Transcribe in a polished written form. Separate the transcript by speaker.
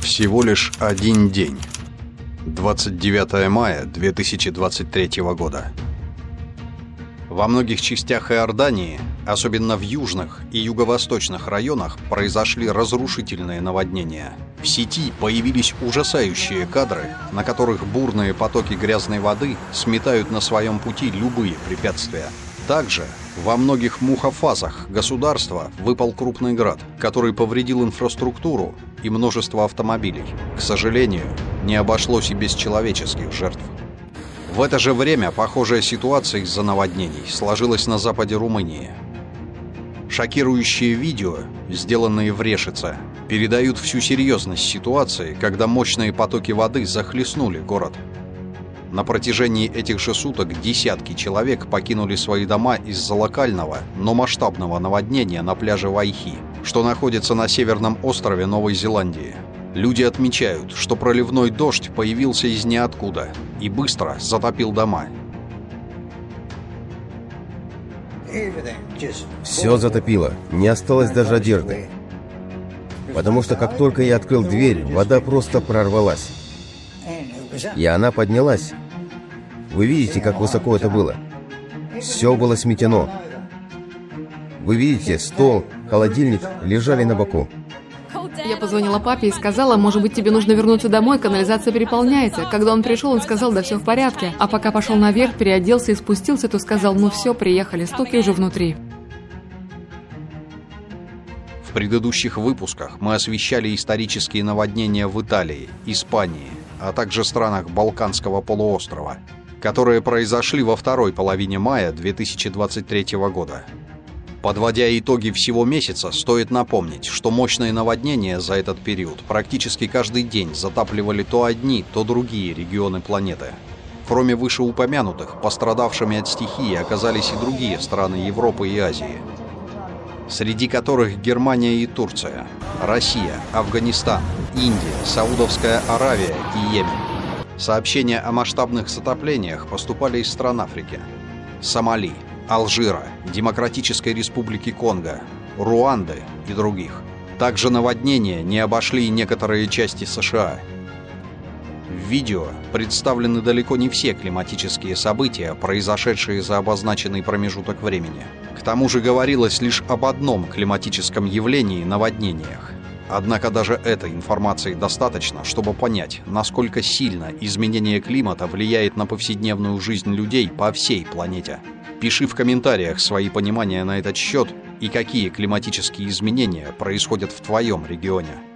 Speaker 1: Всего лишь один день. 29 мая 2023 года. Во многих частях Иордании, особенно в южных и юго-восточных районах, произошли разрушительные наводнения. В сети появились ужасающие кадры, на которых бурные потоки грязной воды сметают на своем пути любые препятствия. Также во многих мухафазах государства выпал крупный град, который повредил инфраструктуру и множество автомобилей. К сожалению, не обошлось и без человеческих жертв. В это же время похожая ситуация из-за наводнений сложилась на западе Румынии. Шокирующие видео, сделанные в Решице, передают всю серьезность ситуации, когда мощные потоки воды захлестнули город. На протяжении этих же суток десятки человек покинули свои дома из-за локального, но масштабного наводнения на пляже Вайхи, что находится на северном острове Новой Зеландии. Люди отмечают, что проливной дождь появился из ниоткуда и быстро затопил дома.
Speaker 2: Все затопило, не осталось даже одежды. Потому что как только я открыл дверь, вода просто прорвалась. И она поднялась. Вы видите, как высоко это было? Все было сметено. Вы видите, стол, холодильник лежали на боку.
Speaker 3: Я позвонила папе и сказала, может быть, тебе нужно вернуться домой, канализация переполняется. Когда он пришел, он сказал, да все в порядке. А пока пошел наверх, переоделся и спустился, то сказал, ну все, приехали, стоки уже внутри.
Speaker 1: В предыдущих выпусках мы освещали исторические наводнения в Италии, Испании, а также странах Балканского полуострова, которые произошли во второй половине мая 2023 года. Подводя итоги всего месяца, стоит напомнить, что мощные наводнения за этот период практически каждый день затапливали то одни, то другие регионы планеты. Кроме вышеупомянутых, пострадавшими от стихии оказались и другие страны Европы и Азии, среди которых Германия и Турция, Россия, Афганистан, Индия, Саудовская Аравия и Йемен. Сообщения о масштабных затоплениях поступали из стран Африки, Сомали, Алжира, Демократической Республики Конго, Руанды и других. Также наводнения не обошли и некоторые части США. В видео представлены далеко не все климатические события, произошедшие за обозначенный промежуток времени. К тому же говорилось лишь об одном климатическом явлении – наводнениях. Однако даже этой информации достаточно, чтобы понять, насколько сильно изменение климата влияет на повседневную жизнь людей по всей планете. Пиши в комментариях свои понимания на этот счет и какие климатические изменения происходят в твоем регионе.